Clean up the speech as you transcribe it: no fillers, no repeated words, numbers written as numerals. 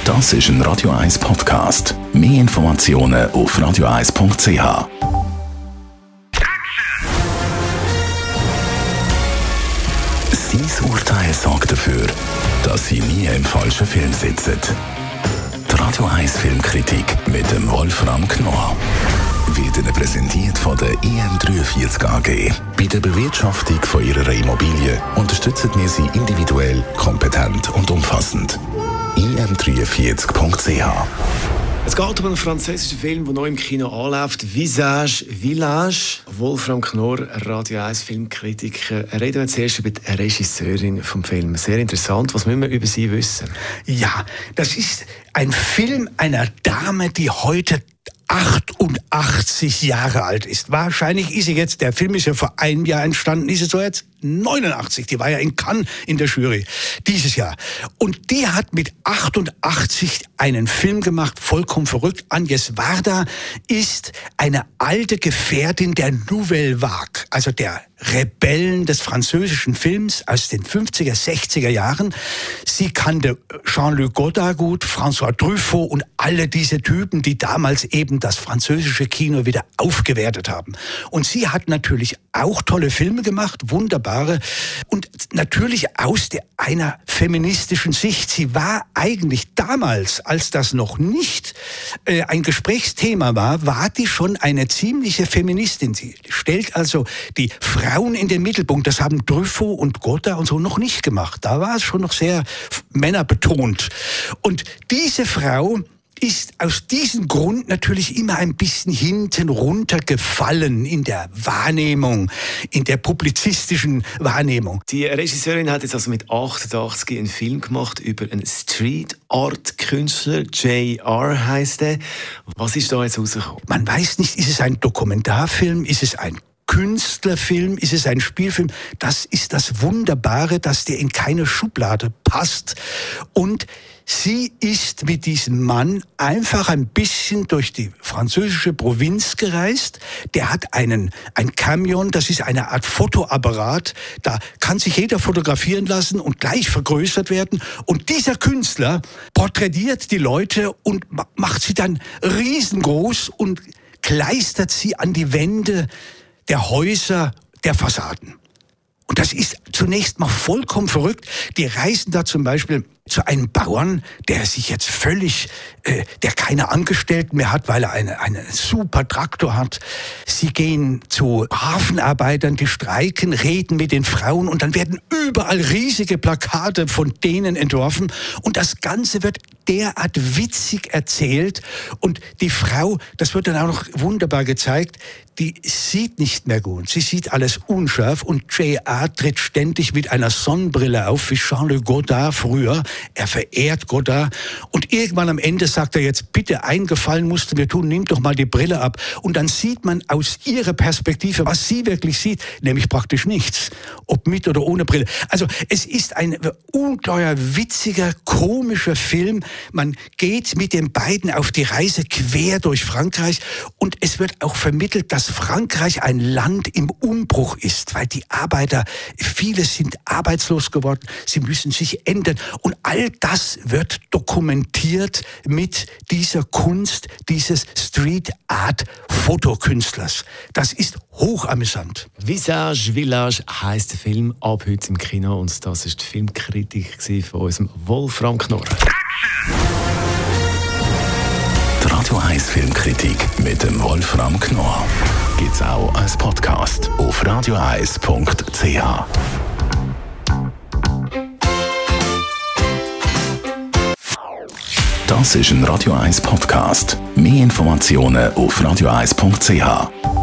Das ist ein Radio 1 Podcast. Mehr Informationen auf radio1.ch. Sein Urteil sorgt dafür, dass Sie nie im falschen Film sitzen. Die Radio 1 Filmkritik mit dem Wolfram Knorr wird Ihnen präsentiert von der IM43 AG. Bei der Bewirtschaftung von Ihrer Immobilie unterstützen wir Sie individuell, kompetent und umfassend. IM43.ch. Es geht um einen französischen Film, der neu im Kino anläuft. Visage Village. Wolfram Knorr, Radio 1 Filmkritiker. Reden wir zuerst über die Regisseurin vom Film. Sehr interessant. Was müssen wir über sie wissen? Ja, das ist ein Film einer Dame, die heute 88 Jahre alt ist. Wahrscheinlich ist sie jetzt, der Film ist ja vor einem Jahr entstanden, ist sie so jetzt 89. Die war ja in Cannes in der Jury dieses Jahr. Und die hat mit 88 einen Film gemacht, vollkommen verrückt. Agnès Varda ist eine alte Gefährtin der Nouvelle Vague, also der Rebellen des französischen Films aus den 50er, 60er Jahren. Sie kannte Jean-Luc Godard gut, François Truffaut und alle diese Typen, die damals eben das französische Kino wieder aufgewertet haben. Und sie hat natürlich auch tolle Filme gemacht, wunderbare, und natürlich aus einer feministischen Sicht. Sie war eigentlich damals, als das noch nicht ein Gesprächsthema war die schon eine ziemliche Feministin. Sie stellt also die Frauen in den Mittelpunkt. Das haben Truffaut und Godard und so noch nicht gemacht. Da war es schon noch sehr männerbetont. Und diese Frau ist aus diesem Grund natürlich immer ein bisschen hinten runtergefallen in der Wahrnehmung, in der publizistischen Wahrnehmung. Die Regisseurin hat jetzt also mit 88 einen Film gemacht über einen Street-Art-Künstler, J.R. heisst er. Was ist da jetzt rausgekommen? Man weiß nicht, ist es ein Dokumentarfilm, ist es ein Künstlerfilm, ist es ein Spielfilm? Das ist das Wunderbare, dass der in keine Schublade passt. Und sie ist mit diesem Mann einfach ein bisschen durch die französische Provinz gereist. Der hat ein Camion, das ist eine Art Fotoapparat. Da kann sich jeder fotografieren lassen und gleich vergrößert werden. Und dieser Künstler porträtiert die Leute und macht sie dann riesengroß und kleistert sie an die Wände der Häuser, der Fassaden. Und das ist zunächst mal vollkommen verrückt. Die reisen da zum Beispiel zu einem Bauern, der sich jetzt völlig, der keine Angestellten mehr hat, weil er einen super Traktor hat. Sie gehen zu Hafenarbeitern, die streiken, reden mit den Frauen und dann werden überall riesige Plakate von denen entworfen und das Ganze wird derart witzig erzählt und die Frau, das wird dann auch noch wunderbar gezeigt, die sieht nicht mehr gut. Sie sieht alles unscharf und J.R. tritt ständig mit einer Sonnenbrille auf, wie Jean-Luc Godard früher. Er verehrt Godard und irgendwann am Ende sagt er jetzt, bitte, einen Gefallen musst du mir tun, nimm doch mal die Brille ab. Und dann sieht man aus ihrer Perspektive, was sie wirklich sieht, nämlich praktisch nichts, ob mit oder ohne Brille. Also es ist ein ungeheuer witziger, komischer Film. Man geht mit den beiden auf die Reise quer durch Frankreich und es wird auch vermittelt, dass Frankreich ein Land im Umbruch ist, weil die Arbeiter, viele sind arbeitslos geworden, sie müssen sich ändern und all das wird dokumentiert mit dieser Kunst dieses Street-Art-Fotokünstlers. Das ist hochamüsant. Visage Village heisst der Film, ab heute im Kino und das ist die Filmkritik von unserem Wolfram Knorr. Die Radio 1 Filmkritik mit dem Wolfram Knorr gibt's auch als Podcast auf radio1.ch. Das ist ein Radio 1 Podcast. Mehr Informationen auf radio1.ch.